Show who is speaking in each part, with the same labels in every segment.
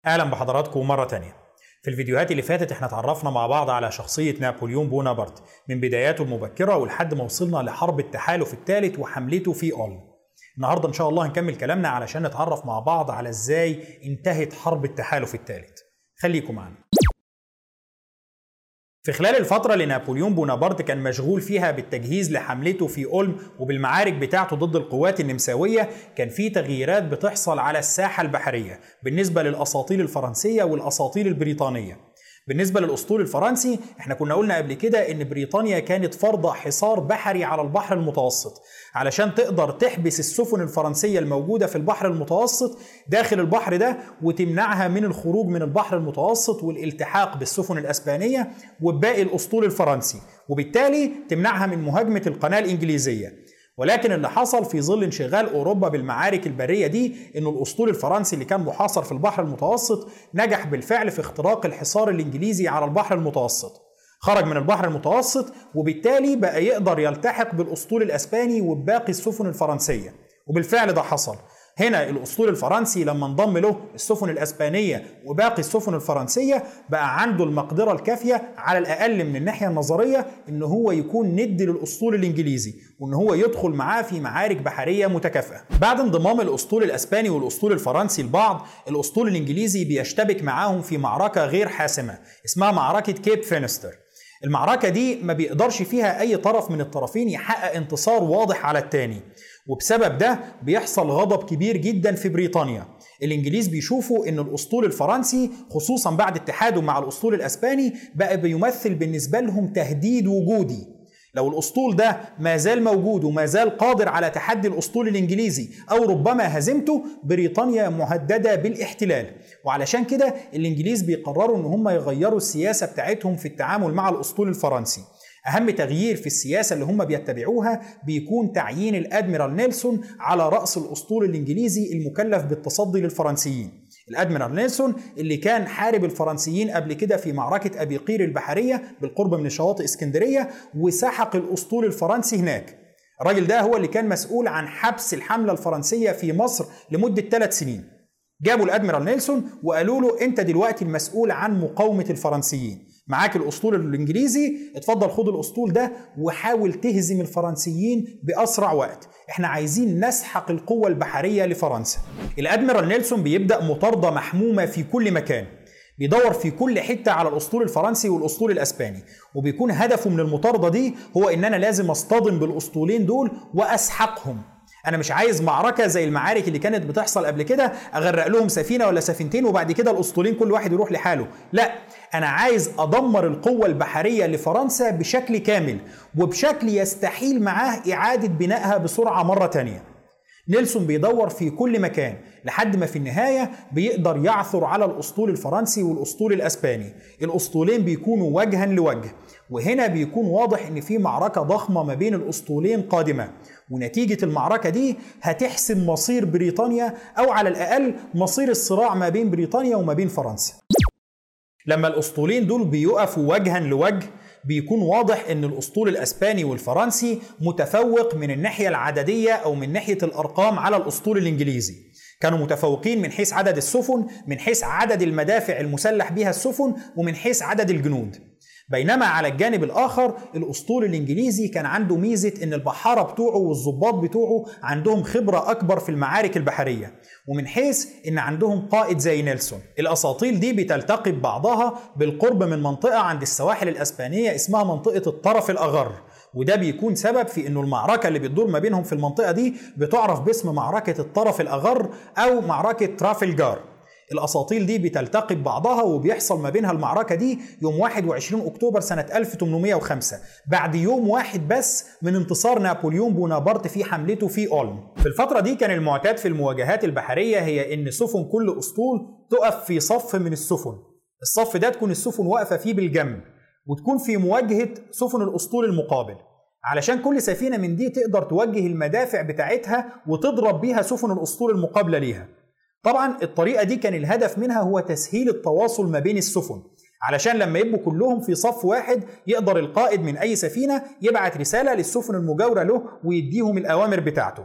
Speaker 1: اهلا بحضراتكم مرة تانية. في الفيديوهات اللي فاتت احنا اتعرفنا مع بعض على شخصية نابليون بونابرت من بداياته المبكرة ولحد ما وصلنا لحرب التحالف الثالث وحملته في أولم. النهاردة ان شاء الله هنكمل كلامنا علشان نتعرف مع بعض على ازاي انتهت حرب التحالف الثالث. خليكم معنا. في خلال الفترة اللي نابليون بونابرت كان مشغول فيها بالتجهيز لحملته في أولم وبالمعارك بتاعته ضد القوات النمساوية، كان في تغييرات بتحصل على الساحة البحرية بالنسبة للأساطيل الفرنسية والأساطيل البريطانية. بالنسبة للأسطول الفرنسي احنا كنا قلنا قبل كده ان بريطانيا كانت فرضة حصار بحري على البحر المتوسط علشان تقدر تحبس السفن الفرنسية الموجودة في البحر المتوسط داخل البحر ده وتمنعها من الخروج من البحر المتوسط والالتحاق بالسفن الأسبانية وباقي الأسطول الفرنسي، وبالتالي تمنعها من مهاجمة القناة الإنجليزية. ولكن اللي حصل في ظل انشغال أوروبا بالمعارك البرية دي إنه الأسطول الفرنسي اللي كان محاصر في البحر المتوسط نجح بالفعل في اختراق الحصار الإنجليزي على البحر المتوسط، خرج من البحر المتوسط وبالتالي بقى يقدر يلتحق بالأسطول الأسباني وباقي السفن الفرنسية، وبالفعل ده حصل. هنا الأسطول الفرنسي لما انضم له السفن الأسبانية وباقي السفن الفرنسية بقى عنده المقدرة الكافية على الأقل من الناحية النظرية إن هو يكون ند للأسطول الإنجليزي وإن هو يدخل معاه في معارك بحرية متكافئة. بعد انضمام الأسطول الأسباني والأسطول الفرنسي لبعض، الأسطول الإنجليزي بيشتبك معاهم في معركة غير حاسمة اسمها معركة كيب فينستر. المعركة دي ما بيقدرش فيها أي طرف من الطرفين يحقق انتصار واضح على التاني، وبسبب ده بيحصل غضب كبير جدا في بريطانيا. الإنجليز بيشوفوا إن الأسطول الفرنسي خصوصا بعد اتحاده مع الأسطول الأسباني بقى بيمثل بالنسبة لهم تهديد وجودي. لو الأسطول ده ما زال موجود وما زال قادر على تحدي الأسطول الإنجليزي أو ربما هزيمته، بريطانيا مهددة بالاحتلال. وعلشان كده الإنجليز بيقرروا إن هم يغيروا السياسة بتاعتهم في التعامل مع الأسطول الفرنسي. أهم تغيير في السياسة اللي هم بيتبعوها بيكون تعيين الأدميرال نيلسون على رأس الأسطول الإنجليزي المكلف بالتصدي للفرنسيين. الأدميرال نيلسون اللي كان حارب الفرنسيين قبل كده في معركة أبي قير البحرية بالقرب من شواطئ اسكندرية وسحق الأسطول الفرنسي هناك. الراجل ده هو اللي كان مسؤول عن حبس الحملة الفرنسية في مصر لمدة 3 سنين. جابوا الأدميرال نيلسون وقالوا له أنت دلوقتي المسؤول عن مقاومة الفرنسيين، معاك الأسطول الإنجليزي، اتفضل خد الأسطول ده وحاول تهزم الفرنسيين بأسرع وقت، احنا عايزين نسحق القوة البحرية لفرنسا. الأدميرال نيلسون بيبدأ مطاردة محمومة في كل مكان، بيدور في كل حتة على الأسطول الفرنسي والأسطول الأسباني، وبيكون هدفه من المطاردة دي هو إن أنا لازم أصطدم بالأسطولين دول وأسحقهم. أنا مش عايز معركة زي المعارك اللي كانت بتحصل قبل كده أغرق لهم سفينة ولا سفينتين وبعد كده الأسطولين كل واحد يروح لحاله، لا، أنا عايز أدمر القوة البحرية لفرنسا بشكل كامل وبشكل يستحيل معاه إعادة بنائها بسرعة مرة تانية. نيلسون بيدور في كل مكان لحد ما في النهاية بيقدر يعثر على الأسطول الفرنسي والأسطول الأسباني. الأسطولين بيكونوا وجها لوجه، وهنا بيكون واضح إن في معركة ضخمة ما بين الأسطولين قادمة، ونتيجة المعركة دي هتحسم مصير بريطانيا أو على الأقل مصير الصراع ما بين بريطانيا وما بين فرنسا. لما الأسطولين دول بيقفوا وجها لوجه بيكون واضح ان الأسطول الأسباني والفرنسي متفوق من الناحية العددية أو من ناحية الأرقام على الأسطول الإنجليزي. كانوا متفوقين من حيث عدد السفن، من حيث عدد المدافع المسلح بها السفن، ومن حيث عدد الجنود. بينما على الجانب الآخر الأسطول الإنجليزي كان عنده ميزة إن البحارة بتوعه والضباط بتوعه عندهم خبرة أكبر في المعارك البحرية، ومن حيث إن عندهم قائد زي نيلسون. الأساطيل دي بتلتقي ببعضها بالقرب من منطقة عند السواحل الأسبانية اسمها منطقة الطرف الأغر، وده بيكون سبب في إنه المعركة اللي بتدور ما بينهم في المنطقة دي بتعرف باسم معركة الطرف الأغر أو معركة ترافلجار. الأساطيل دي بتلتقي ببعضها وبيحصل ما بينها المعركة دي يوم 21 أكتوبر سنة 1805 بعد يوم واحد بس من انتصار نابليون بونابرت في حملته في أولم. في الفترة دي كان المعتاد في المواجهات البحرية هي إن سفن كل أسطول تقف في صف من السفن، الصف ده تكون السفن واقفة فيه بالجنب وتكون في مواجهة سفن الأسطول المقابل، علشان كل سفينة من دي تقدر توجه المدافع بتاعتها وتضرب بيها سفن الأسطول المقابلة ليها. طبعا الطريقة دي كان الهدف منها هو تسهيل التواصل ما بين السفن، علشان لما يبقوا كلهم في صف واحد يقدر القائد من أي سفينة يبعت رسالة للسفن المجاورة له ويديهم الأوامر بتاعته.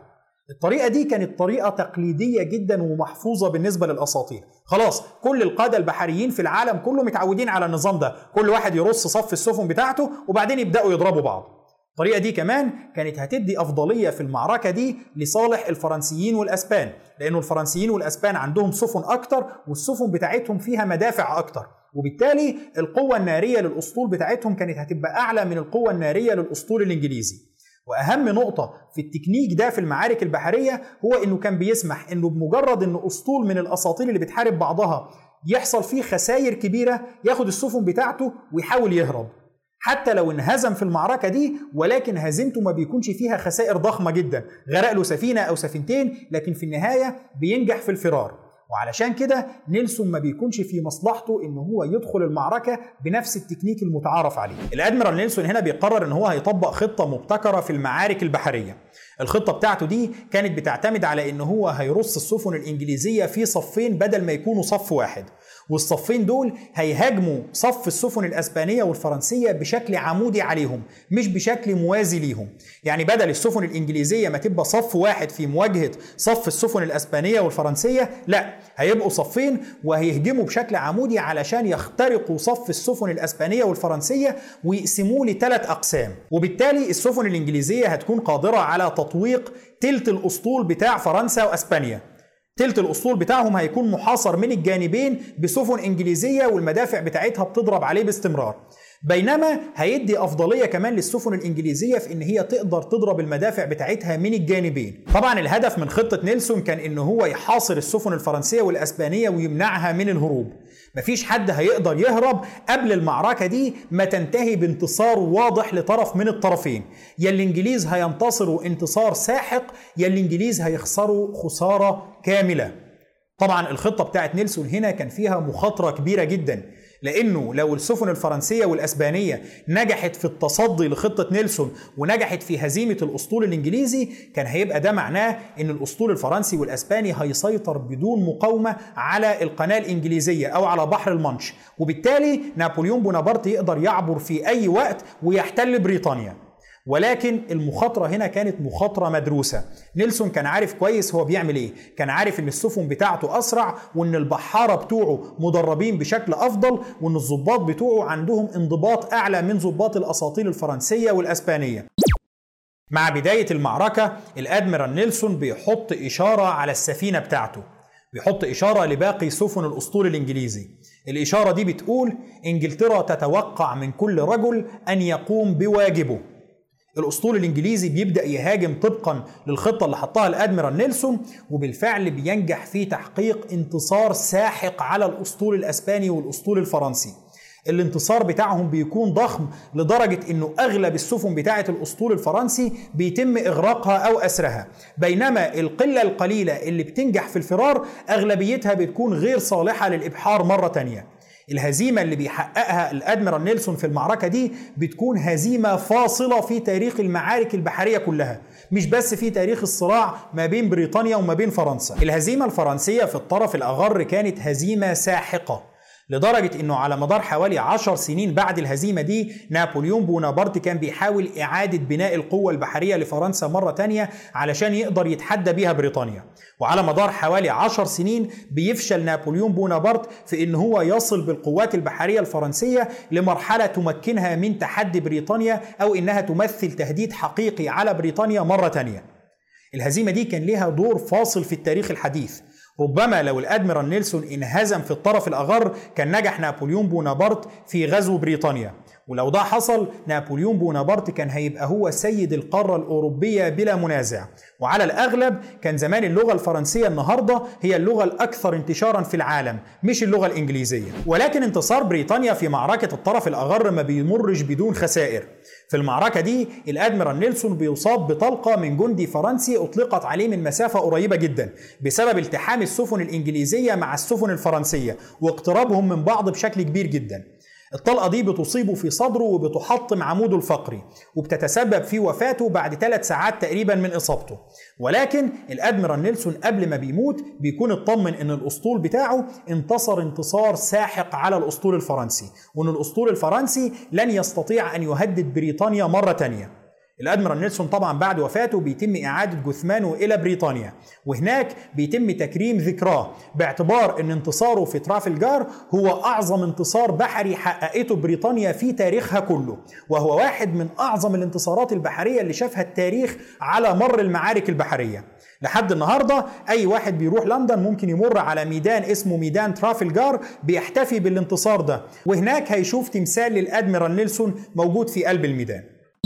Speaker 1: الطريقة دي كانت طريقة تقليدية جدا ومحفوظة بالنسبة للأساطير. خلاص كل القادة البحريين في العالم كله متعودين على النظام ده، كل واحد يرص صف السفن بتاعته وبعدين يبدأوا يضربوا بعض. الطريقة دي كمان كانت هتدي أفضلية في المعركة دي لصالح الفرنسيين والأسبان، لأنه الفرنسيين والأسبان عندهم سفن أكتر والسفن بتاعتهم فيها مدافع أكتر، وبالتالي القوة النارية للأسطول بتاعتهم كانت هتبقى أعلى من القوة النارية للأسطول الإنجليزي. وأهم نقطة في التكنيك ده في المعارك البحرية هو إنه كان بيسمح إنه بمجرد إنه أسطول من الأساطيل اللي بتحارب بعضها يحصل فيه خسائر كبيرة ياخد السفن بتاعته ويحاول يهرب، حتى لو انهزم في المعركة دي، ولكن هزيمته ما بيكونش فيها خسائر ضخمة جدا، غرق له سفينة أو سفينتين، لكن في النهاية بينجح في الفرار. وعلشان كده نيلسون ما بيكونش في مصلحته إنه هو يدخل المعركة بنفس التكنيك المتعارف عليه. الأدميرال نيلسون هنا بيقرر إن هو هيطبق خطة مبتكرة في المعارك البحرية. الخطة بتاعته دي كانت بتعتمد على إن هو هيرص السفن الإنجليزية في صفين بدل ما يكونوا صف واحد، والصفين دول هيهاجموا صف السفن الأسبانية والفرنسية بشكل عمودي عليهم مش بشكل موازي ليهم. يعني بدل السفن الإنجليزية ما تبقى صف واحد في مواجهة صف السفن الأسبانية والفرنسية، لا، هيبقوا صفين وهيهجموا بشكل عمودي علشان يخترقوا صف السفن الأسبانية والفرنسية ويقسموه ل3 أقسام، وبالتالي السفن الإنجليزية هتكون قادرة على تطويق تلت الأسطول بتاع فرنسا وأسبانيا. تلت الأسطول بتاعهم هيكون محاصر من الجانبين بسفن إنجليزية والمدافع بتاعتها بتضرب عليه باستمرار، بينما هيدي أفضلية كمان للسفن الإنجليزية في إن هي تقدر تضرب المدافع بتاعتها من الجانبين. طبعا الهدف من خطة نيلسون كان إن هو يحاصر السفن الفرنسية والأسبانية ويمنعها من الهروب. مفيش حد هيقدر يهرب قبل المعركة دي ما تنتهي بانتصار واضح لطرف من الطرفين، يا الإنجليز هينتصروا انتصار ساحق يا الإنجليز هيخسروا خسارة كاملة. طبعا الخطة بتاعت نيلسون هنا كان فيها مخاطرة كبيرة جدا، لأنه لو السفن الفرنسية والأسبانية نجحت في التصدي لخطة نيلسون ونجحت في هزيمة الأسطول الإنجليزي، كان هيبقى ده معناه أن الأسطول الفرنسي والأسباني هيسيطر بدون مقاومة على القناة الإنجليزية أو على بحر المانش، وبالتالي نابليون بونابرت يقدر يعبر في أي وقت ويحتل بريطانيا. ولكن المخاطرة هنا كانت مخاطرة مدروسة. نيلسون كان عارف كويس هو بيعمل ايه، كان عارف ان السفن بتاعته اسرع وان البحارة بتوعه مدربين بشكل افضل وان الضباط بتوعه عندهم انضباط اعلى من ضباط الاساطيل الفرنسية والاسبانية. مع بداية المعركة الادميرال نيلسون بيحط اشارة على السفينة بتاعته، بيحط اشارة لباقي سفن الاسطول الانجليزي. الاشارة دي بتقول انجلترا تتوقع من كل رجل ان يقوم بواجبه. الأسطول الإنجليزي بيبدأ يهاجم طبقا للخطة اللي حطها الأدميرال نيلسون، وبالفعل بينجح في تحقيق انتصار ساحق على الأسطول الأسباني والأسطول الفرنسي. الانتصار بتاعهم بيكون ضخم لدرجة انه اغلب السفن بتاعة الاسطول الفرنسي بيتم اغراقها او اسرها، بينما القلة القليلة اللي بتنجح في الفرار اغلبيتها بتكون غير صالحة للابحار مرة تانية. الهزيمة اللي بيحققها الأدميرال نيلسون في المعركة دي بتكون هزيمة فاصلة في تاريخ المعارك البحرية كلها، مش بس في تاريخ الصراع ما بين بريطانيا وما بين فرنسا. الهزيمة الفرنسية في الطرف الأغر كانت هزيمة ساحقة، لدرجة انه على مدار حوالي 10 سنين بعد الهزيمة دي نابليون بونابرت كان بيحاول اعادة بناء القوة البحرية لفرنسا مرة تانية علشان يقدر يتحدى بيها بريطانيا. وعلى مدار حوالي 10 سنين بيفشل نابليون بونابرت في ان هو يصل بالقوات البحرية الفرنسية لمرحلة تمكنها من تحدي بريطانيا او انها تمثل تهديد حقيقي على بريطانيا مرة تانية. الهزيمة دي كان لها دور فاصل في التاريخ الحديث. ربما لو الأدميرال نيلسون انهزم في الطرف الأغر كان نجح نابليون بونابرت في غزو بريطانيا، ولو ده حصل نابليون بونابرت كان هيبقى هو سيد القارة الأوروبية بلا منازع. وعلى الأغلب كان زمان اللغة الفرنسية النهاردة هي اللغة الأكثر انتشارا في العالم مش اللغة الإنجليزية. ولكن انتصار بريطانيا في معركة الطرف الأغر ما بيمرش بدون خسائر. في المعركة دي الأدميرال نيلسون بيصاب بطلقة من جندي فرنسي أطلقت عليه من مسافة قريبة جدا بسبب التحام السفن الإنجليزية مع السفن الفرنسية واقترابهم من بعض بشكل كبير جدا. الطلقة دي بتصيبه في صدره وبتحطم عموده الفقري وبتتسبب في وفاته بعد 3 ساعات تقريبا من إصابته. ولكن الأدميرال نيلسون قبل ما بيموت بيكون اطمن ان الأسطول بتاعه انتصر انتصار ساحق على الأسطول الفرنسي، وان الأسطول الفرنسي لن يستطيع ان يهدد بريطانيا مرة تانية. الأدميرال نيلسون طبعا بعد وفاته بيتم إعادة جثمانه إلى بريطانيا، وهناك بيتم تكريم ذكراه باعتبار أن انتصاره في ترافلجار هو أعظم انتصار بحري حققته بريطانيا في تاريخها كله، وهو واحد من أعظم الانتصارات البحرية اللي شافها التاريخ على مر المعارك البحرية. لحد النهاردة أي واحد بيروح لندن ممكن يمر على ميدان اسمه ميدان ترافلجار بيحتفي بالانتصار ده، وهناك هيشوف تمثال للأدميرال نيلسون موجود في قلب الميدان.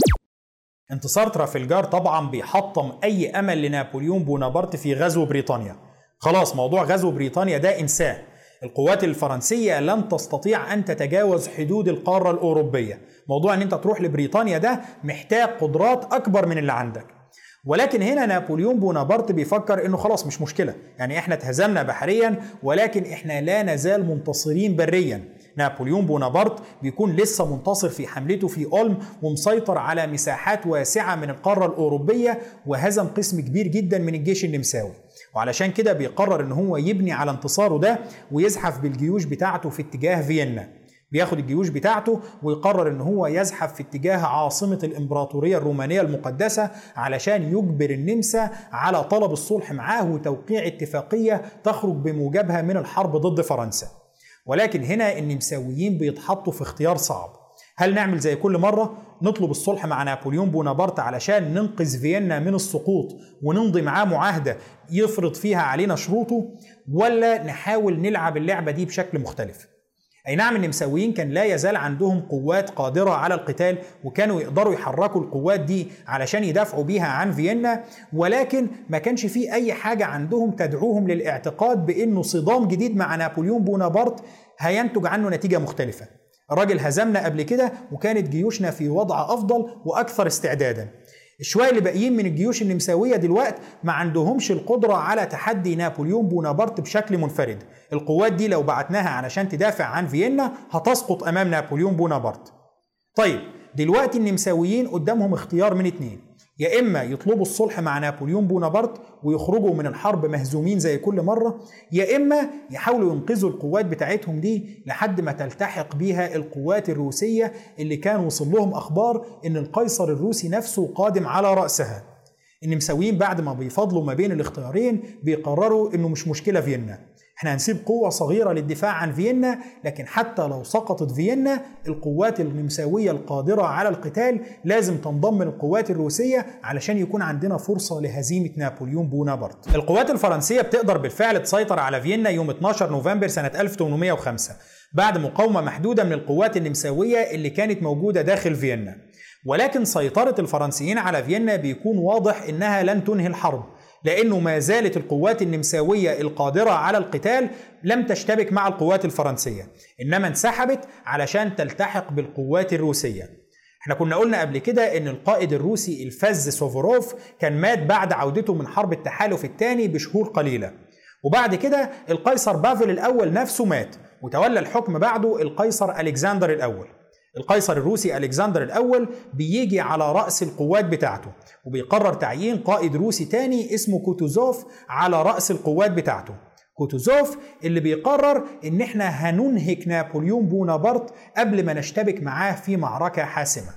Speaker 1: انتصار ترافلجار طبعا بيحطم أي أمل لنابليون بونابرت في غزو بريطانيا. خلاص موضوع غزو بريطانيا ده انساه. القوات الفرنسية لن تستطيع أن تتجاوز حدود القارة الأوروبية. موضوع أن أنت تروح لبريطانيا ده محتاج قدرات أكبر من اللي عندك. ولكن هنا نابليون بونابرت بيفكر انه خلاص مش مشكلة، يعني احنا اتهزمنا بحريا ولكن احنا لا نزال منتصرين بريا. نابليون بونابرت بيكون لسه منتصر في حملته في أولم ومسيطر على مساحات واسعة من القارة الأوروبية، وهزم قسم كبير جدا من الجيش النمساوي، وعلشان كده بيقرر ان هو يبني على انتصاره ده ويزحف بالجيوش بتاعته في اتجاه فيينا. بياخد الجيوش بتاعته ويقرر ان هو يزحف في اتجاه عاصمة الامبراطورية الرومانية المقدسة علشان يجبر النمسا على طلب الصلح معاه وتوقيع اتفاقية تخرج بموجبها من الحرب ضد فرنسا. ولكن هنا النمساويين بيتحطوا في اختيار صعب. هل نعمل زي كل مرة نطلب الصلح مع نابليون بونابرت علشان ننقذ فيينا من السقوط ونمضي معاه معاهدة يفرض فيها علينا شروطه، ولا نحاول نلعب اللعبة دي بشكل مختلف؟ أي نعم النمساويين كان لا يزال عندهم قوات قادرة على القتال وكانوا يقدروا يحركوا القوات دي علشان يدافعوا بيها عن فيينا، ولكن ما كانش فيه أي حاجة عندهم تدعوهم للاعتقاد بأنه صدام جديد مع نابليون بونابرت هينتج عنه نتيجة مختلفة. الراجل هزمنا قبل كده وكانت جيوشنا في وضع أفضل وأكثر استعدادا. الشوية اللي باقيين من الجيوش النمساوية دلوقت ما عندهمش القدرة على تحدي نابليون بونابرت بشكل منفرد. القوات دي لو بعتناها علشان تدافع عن فيينا هتسقط أمام نابليون بونابرت. طيب دلوقتي النمساويين قدامهم اختيار من اتنين، يا إما يطلبوا الصلح مع نابليون بونابرت ويخرجوا من الحرب مهزومين زي كل مرة، يا إما يحاولوا ينقذوا القوات بتاعتهم دي لحد ما تلتحق بيها القوات الروسية اللي كان وصل لهم أخبار إن القيصر الروسي نفسه قادم على رأسها. النمساويين بعد ما بيفضلوا ما بين الاختيارين بيقرروا إنه مش مشكلة فيينا، احنا هنسيب قوة صغيرة للدفاع عن فيينا، لكن حتى لو سقطت فيينا القوات النمساوية القادرة على القتال لازم تنضم للقوات الروسية علشان يكون عندنا فرصة لهزيمة نابليون بونابرت. القوات الفرنسية بتقدر بالفعل تسيطر على فيينا يوم 12 نوفمبر سنة 1805 بعد مقاومة محدودة من القوات النمساوية اللي كانت موجودة داخل فيينا، ولكن سيطرة الفرنسيين على فيينا بيكون واضح إنها لن تنهي الحرب، لأنه ما زالت القوات النمساوية القادرة على القتال لم تشتبك مع القوات الفرنسية، إنما انسحبت علشان تلتحق بالقوات الروسية. احنا كنا قلنا قبل كده إن القائد الروسي الفذ سوفوروف كان مات بعد عودته من حرب التحالف الثاني بشهور قليلة، وبعد كده القيصر بافل الأول نفسه مات وتولى الحكم بعده القيصر ألكسندر الأول. القيصر الروسي ألكسندر الأول بيجي على رأس القوات بتاعته وبيقرر تعيين قائد روسي تاني اسمه كوتوزوف على رأس القوات بتاعته. كوتوزوف اللي بيقرر ان احنا هننهك نابليون بونابرت قبل ما نشتبك معاه في معركة حاسمة.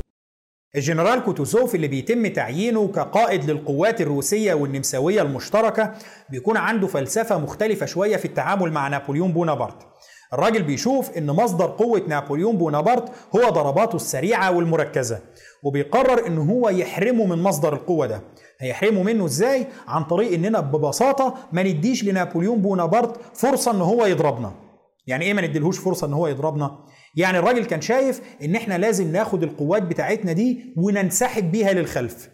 Speaker 1: الجنرال كوتوزوف اللي بيتم تعيينه كقائد للقوات الروسية والنمساوية المشتركة بيكون عنده فلسفة مختلفة شوية في التعامل مع نابليون بونابرت. الراجل بيشوف ان مصدر قوة نابليون بونابرت هو ضرباته السريعة والمركزة، وبيقرر ان هو يحرمه من مصدر القوة ده. هيحرمه منه ازاي؟ عن طريق اننا ببساطة ما نديش لنابليون بونابرت فرصة ان هو يضربنا. يعني ايه ما نديلهوش فرصة ان هو يضربنا؟ يعني الراجل كان شايف ان احنا لازم ناخد القوات بتاعتنا دي وننسحب بيها للخلف،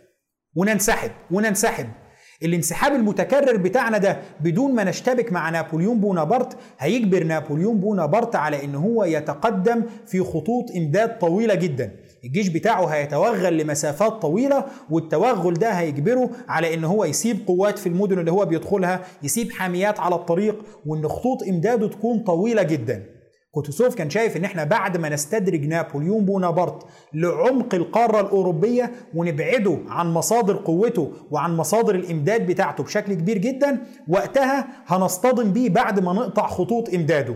Speaker 1: وننسحب. الانسحاب المتكرر بتاعنا ده بدون ما نشتبك مع نابليون بونابرت هيجبر نابليون بونابرت على ان هو يتقدم في خطوط امداد طويلة جدا. الجيش بتاعه هيتوغل لمسافات طويلة، والتوغل ده هيجبره على ان هو يسيب قوات في المدن اللي هو بيدخلها، يسيب حاميات على الطريق، وان خطوط امداده تكون طويلة جدا. كوتوزوف كان شايف ان احنا بعد ما نستدرج نابليون بونابرت لعمق القارة الأوروبية ونبعده عن مصادر قوته وعن مصادر الإمداد بتاعته بشكل كبير جدا، وقتها هنصطدم بيه بعد ما نقطع خطوط إمداده،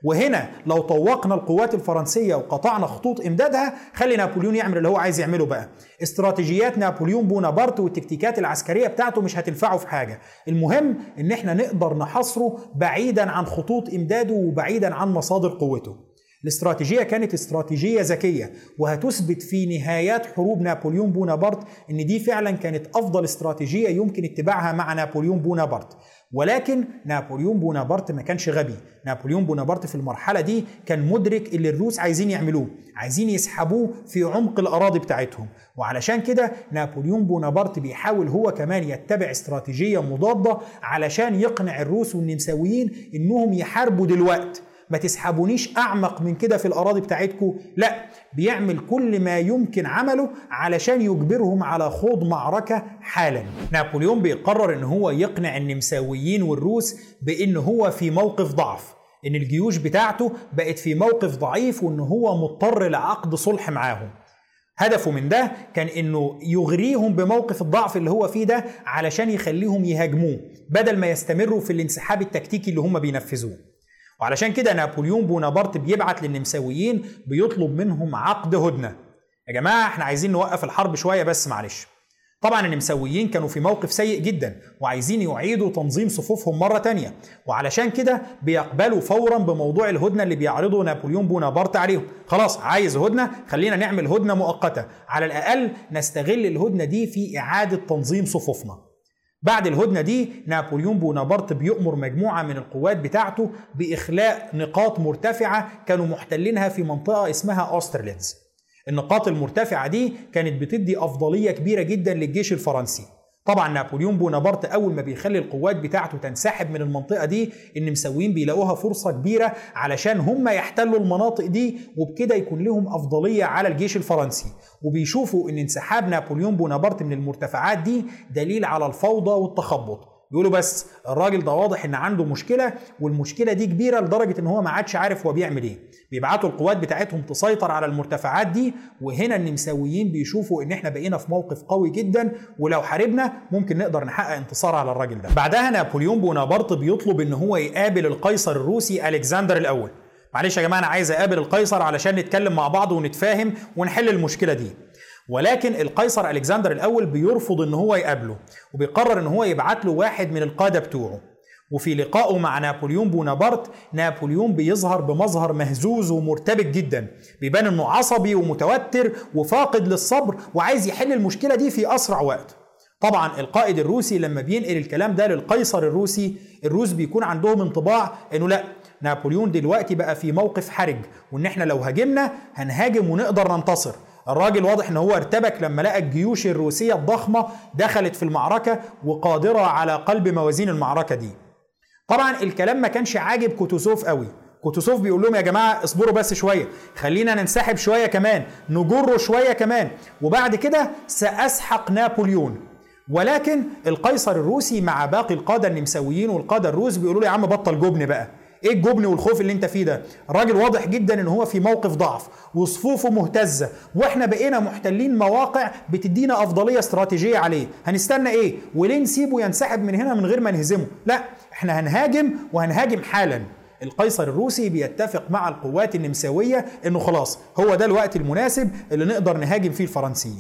Speaker 1: وهنا لو طوقنا القوات الفرنسية وقطعنا خطوط إمدادها، خلي نابليون يعمل اللي هو عايز يعمله بقى. استراتيجيات نابليون بونابرت والتكتيكات العسكرية بتاعته مش هتنفعه في حاجة. المهم إن احنا نقدر نحاصره بعيدا عن خطوط إمداده وبعيدا عن مصادر قوته. الاستراتيجية كانت استراتيجية ذكية، وهتثبت في نهايات حروب نابليون بونابرت إن دي فعلا كانت أفضل استراتيجية يمكن اتباعها مع نابليون بونابرت. ولكن نابليون بونابرت ما كانش غبي. نابليون بونابرت في المرحلة دي كان مدرك اللي الروس عايزين يعملوه، عايزين يسحبوه في عمق الأراضي بتاعتهم، وعلشان كده نابليون بونابرت بيحاول هو كمان يتبع استراتيجية مضادة علشان يقنع الروس والنمساويين إنهم يحاربوا دلوقتي، ما تسحبونيش أعمق من كده في الأراضي بتاعتكم. لا، بيعمل كل ما يمكن عمله علشان يجبرهم على خوض معركة حالا. نابليون بيقرر إن هو يقنع النمساويين والروس بإن هو في موقف ضعف، إن الجيوش بتاعته بقت في موقف ضعيف، وإن هو مضطر لعقد صلح معاهم. هدفه من ده كان إنه يغريهم بموقف الضعف اللي هو فيه ده علشان يخليهم يهاجموه بدل ما يستمروا في الانسحاب التكتيكي اللي هم بينفذوه. وعلشان كده نابليون بونابرت بيبعت للنمساويين بيطلب منهم عقد هدنة. يا جماعة احنا عايزين نوقف الحرب شوية بس معلش. طبعا النمساويين كانوا في موقف سيء جدا وعايزين يعيدوا تنظيم صفوفهم مرة تانية، وعلشان كده بيقبلوا فورا بموضوع الهدنة اللي بيعرضه نابليون بونابرت عليهم. خلاص عايز هدنة، خلينا نعمل هدنة مؤقتة، على الأقل نستغل الهدنة دي في إعادة تنظيم صفوفنا. بعد الهدنة دي نابليون بونابرت بيؤمر مجموعة من القوات بتاعته بإخلاء نقاط مرتفعة كانوا محتلينها في منطقة اسمها أوسترليتز. النقاط المرتفعة دي كانت بتدي أفضلية كبيرة جدا للجيش الفرنسي. طبعا نابليون بونابرت أول ما بيخلي القوات بتاعته تنسحب من المنطقة دي، النمساويين بيلاقوها فرصة كبيرة علشان هم يحتلوا المناطق دي، وبكده يكون لهم أفضلية على الجيش الفرنسي، وبيشوفوا إن انسحاب نابليون بونابرت من المرتفعات دي دليل على الفوضى والتخبط. بيقولوا بس الراجل ده واضح ان عنده مشكله، والمشكله دي كبيره لدرجه ان هو ما عادش عارف هو بيعمل ايه. بيبعتوا القوات بتاعتهم تسيطر على المرتفعات دي، وهنا النمساويين بيشوفوا ان احنا بقينا في موقف قوي جدا، ولو حاربنا ممكن نقدر نحقق انتصار على الراجل ده. بعدها نابليون بونابرت بيطلب ان هو يقابل القيصر الروسي الكسندر الاول. معلش يا جماعه انا عايز اقابل القيصر علشان نتكلم مع بعض ونتفاهم ونحل المشكله دي. ولكن القيصر الكسندر الاول بيرفض ان هو يقابله، وبيقرر ان هو يبعت له واحد من القاده بتوعه. وفي لقائه مع نابليون بونابرت، نابليون بيظهر بمظهر مهزوز ومرتبك جدا، بيبان انه عصبي ومتوتر وفاقد للصبر وعايز يحل المشكله دي في اسرع وقت. طبعا القائد الروسي لما بينقل الكلام ده للقيصر الروسي، الروس بيكون عندهم انطباع انه لا، نابليون دلوقتي بقى في موقف حرج، وان احنا لو هاجمنا هنهاجم ونقدر ننتصر. الراجل واضح ان هو ارتبك لما لقى الجيوش الروسية الضخمة دخلت في المعركة وقادرة على قلب موازين المعركة دي. طبعا الكلام ما كانش عاجب كوتوسوف قوي. كوتوسوف بيقول لهم يا جماعة اصبروا بس شوية، خلينا ننسحب شوية كمان، نجره شوية كمان، وبعد كده سأسحق نابليون. ولكن القيصر الروسي مع باقي القادة النمساويين والقادة الروس بيقولوا له يا عم بطل جبن بقى، ايه الجبن والخوف اللي انت فيه ده؟ الراجل واضح جدا ان هو في موقف ضعف وصفوفه مهتزه، واحنا بقينا محتلين مواقع بتدينا افضليه استراتيجيه عليه، هنستنى ايه؟ وليه نسيبه ينسحب من هنا من غير ما نهزمه؟ لا، احنا هنهاجم وهنهاجم حالا. القيصر الروسي بيتفق مع القوات النمساويه انه خلاص هو ده الوقت المناسب اللي نقدر نهاجم فيه الفرنسيين.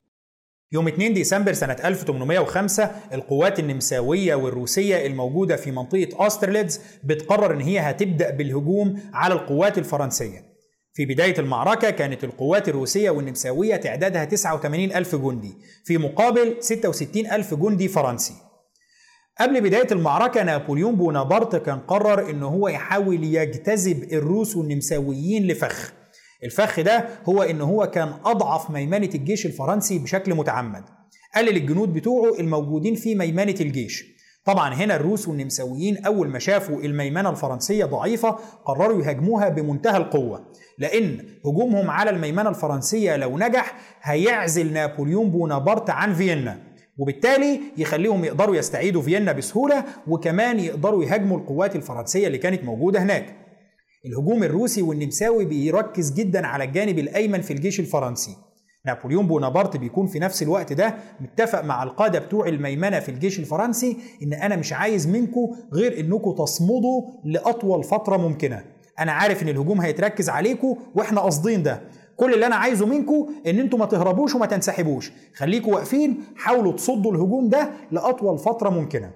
Speaker 1: يوم 2 ديسمبر سنة 1805 القوات النمساوية والروسية الموجودة في منطقة أوسترليتز بتقرر إن هي هتبدأ بالهجوم على القوات الفرنسية. في بداية المعركة كانت القوات الروسية والنمساوية تعدادها 89,000 جندي في مقابل 66,000 جندي فرنسي. قبل بداية المعركة نابليون بونابرت كان قرر إن هو يحاول يجتذب الروس والنمساويين لفخ. الفخ ده هو إن هو كان أضعف ميمنة الجيش الفرنسي بشكل متعمد، قلل الجنود بتوعه الموجودين في ميمنة الجيش. طبعا هنا الروس والنمساويين أول ما شافوا الميمنة الفرنسية ضعيفة قرروا يهاجموها بمنتهى القوة، لأن هجومهم على الميمنة الفرنسية لو نجح هيعزل نابليون بونابرت عن فيينا، وبالتالي يخليهم يقدروا يستعيدوا فيينا بسهولة، وكمان يقدروا يهاجموا القوات الفرنسية اللي كانت موجودة هناك. الهجوم الروسي والنمساوي بيركز جدا على الجانب الأيمن في الجيش الفرنسي. نابليون بونابرت بيكون في نفس الوقت ده متفق مع القادة بتوع الميمنة في الجيش الفرنسي إن أنا مش عايز منكم غير إنكم تصمدوا لأطول فترة ممكنة. انا عارف ان الهجوم هيتركز عليكم واحنا قاصدين ده، كل اللي انا عايزه منكم ان انتوا ما تهربوش وما تنسحبوش، خليكم واقفين، حاولوا تصدوا الهجوم ده لاطول فتره ممكنه.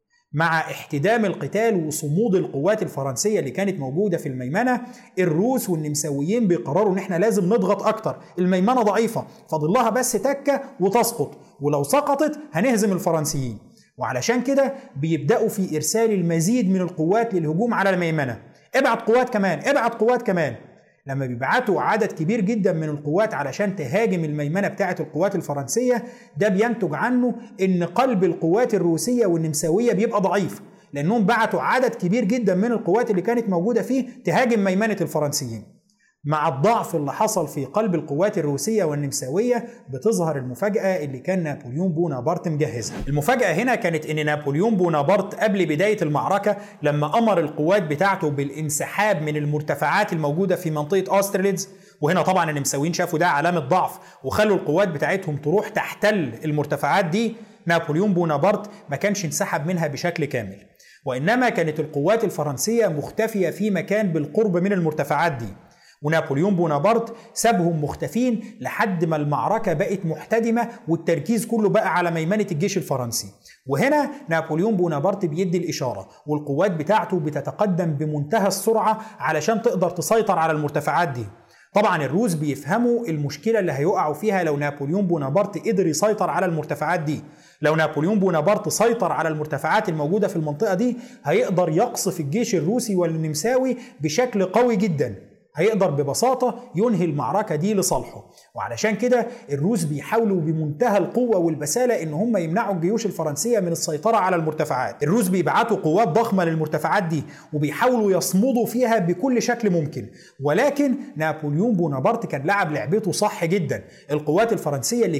Speaker 1: مع احتدام القتال وصمود القوات الفرنسيه اللي كانت موجوده في الميمنه، الروس والنمساويين بيقرروا ان احنا لازم نضغط اكتر، الميمنه ضعيفه، فاضل لها بس تكه وتسقط، ولو سقطت هنهزم الفرنسيين. وعلشان كده بيبداوا في ارسال المزيد من القوات للهجوم على الميمنه. ابعت قوات كمان، ابعت قوات كمان. لما بيبعتوا عدد كبير جدا من القوات علشان تهاجم الميمنه بتاعه القوات الفرنسيه، ده بينتج عنه ان قلب القوات الروسيه والنمساويه بيبقى ضعيف، لانهم بعتوا عدد كبير جدا من القوات اللي كانت موجوده فيه تهاجم ميمنه الفرنسيين. مع الضعف اللي حصل في قلب القوات الروسية والنمساوية بتظهر المفاجأة اللي كان نابليون بونابرت مجهزها. المفاجأة هنا كانت ان نابليون بونابرت قبل بداية المعركة لما امر القوات بتاعته بالانسحاب من المرتفعات الموجودة في منطقة أسترليتز، وهنا طبعا النمساويين شافوا ده علامة ضعف وخلوا القوات بتاعتهم تروح تحتل المرتفعات دي، نابليون بونابرت ما كانش انسحب منها بشكل كامل، وإنما كانت القوات الفرنسية مختفية في مكان بالقرب من المرتفعات دي، ونابليون بونابرت سابهم مختفين لحد ما المعركة بقت محتدمة والتركيز كله بقى على ميمنة الجيش الفرنسي. وهنا نابليون بونابرت بيدي الإشارة والقوات بتاعته بتتقدم بمنتهى السرعة علشان تقدر تسيطر على المرتفعات دي. طبعا الروس بيفهموا المشكلة اللي هيقعوا فيها لو نابليون بونابرت قدر يسيطر على المرتفعات دي. لو نابليون بونابرت سيطر على المرتفعات الموجودة في المنطقة دي هيقدر يقصف الجيش الروسي والنمساوي بشكل قوي جدا، هيقدر ببساطة ينهي المعركة دي لصالحه. وعلشان كده الروس بيحاولوا بمنتهى القوة والبسالة ان هم يمنعوا الجيوش الفرنسية من السيطرة على المرتفعات. الروس بيبعتوا قوات ضخمة للمرتفعات دي وبيحاولوا يصمدوا فيها بكل شكل ممكن، ولكن نابليون بونابرت كان لعب لعبته صح جدا. القوات الفرنسية اللي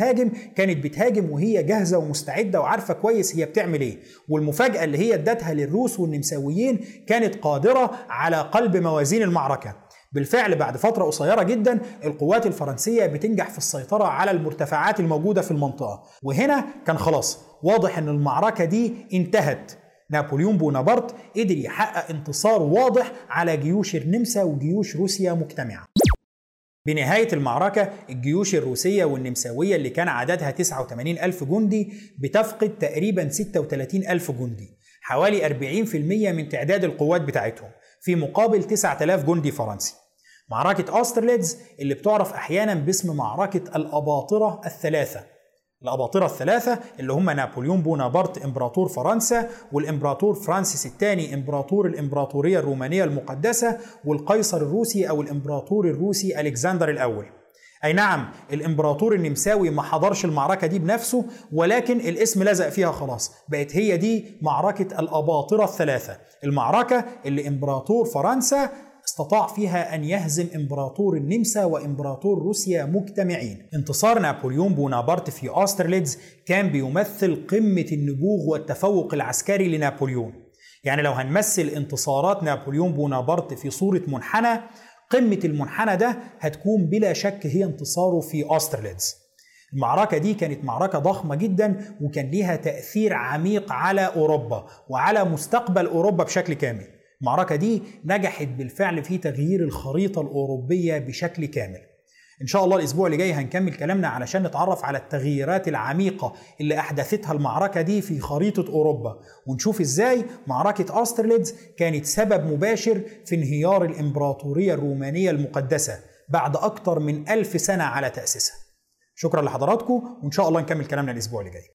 Speaker 1: كانت بتهاجم وهي جاهزة ومستعدة وعارفة كويس هي بتعمل ايه، والمفاجأة اللي هي ادتها للروس والنمساويين كانت قادرة على قلب موازين المعركة. بالفعل بعد فترة قصيرة جدا القوات الفرنسية بتنجح في السيطرة على المرتفعات الموجودة في المنطقة، وهنا كان خلاص واضح ان المعركة دي انتهت. نابليون بونابرت قدر يحقق انتصار واضح على جيوش النمسا وجيوش روسيا مجتمعة. بنهاية المعركة الجيوش الروسية والنمساوية اللي كان عددها 89,000 جندي بتفقد تقريبا 36,000 جندي، حوالي 40% من تعداد القوات بتاعتهم، في مقابل 9,000 جندي فرنسي. معركة أسترليتز اللي بتعرف أحيانا باسم معركة الأباطرة الثلاثة. الأباطرة الثلاثة اللي هم نابليون بونابرت إمبراطور فرنسا، والإمبراطور فرانسيس الثاني إمبراطور الإمبراطورية الرومانية المقدسة، والقيصر الروسي أو الإمبراطور الروسي ألكسندر الأول. أي نعم الإمبراطور النمساوي ما حضرش المعركة دي بنفسه، ولكن الاسم لزق فيها خلاص، بقت هي دي معركة الأباطرة الثلاثة، المعركة اللي إمبراطور فرنسا استطاع فيها أن يهزم إمبراطور النمسا وإمبراطور روسيا مجتمعين. انتصار نابليون بونابرت في أسترليتز كان بيمثل قمة النبوغ والتفوق العسكري لنابليون. يعني لو هنمثل انتصارات نابليون بونابرت في صورة منحنى، قمة المنحنى ده هتكون بلا شك هي انتصاره في أسترليتز. المعركة دي كانت معركة ضخمة جدا وكان ليها تأثير عميق على أوروبا وعلى مستقبل أوروبا بشكل كامل. المعركة دي نجحت بالفعل في تغيير الخريطة الأوروبية بشكل كامل. إن شاء الله الأسبوع اللي جاي هنكمل كلامنا علشان نتعرف على التغييرات العميقة اللي أحدثتها المعركة دي في خريطة أوروبا، ونشوف إزاي معركة أسترليتز كانت سبب مباشر في انهيار الإمبراطورية الرومانية المقدسة بعد أكتر من 1000 سنة على تأسيسها. شكرا لحضراتكم، وإن شاء الله نكمل كلامنا الأسبوع اللي جاي.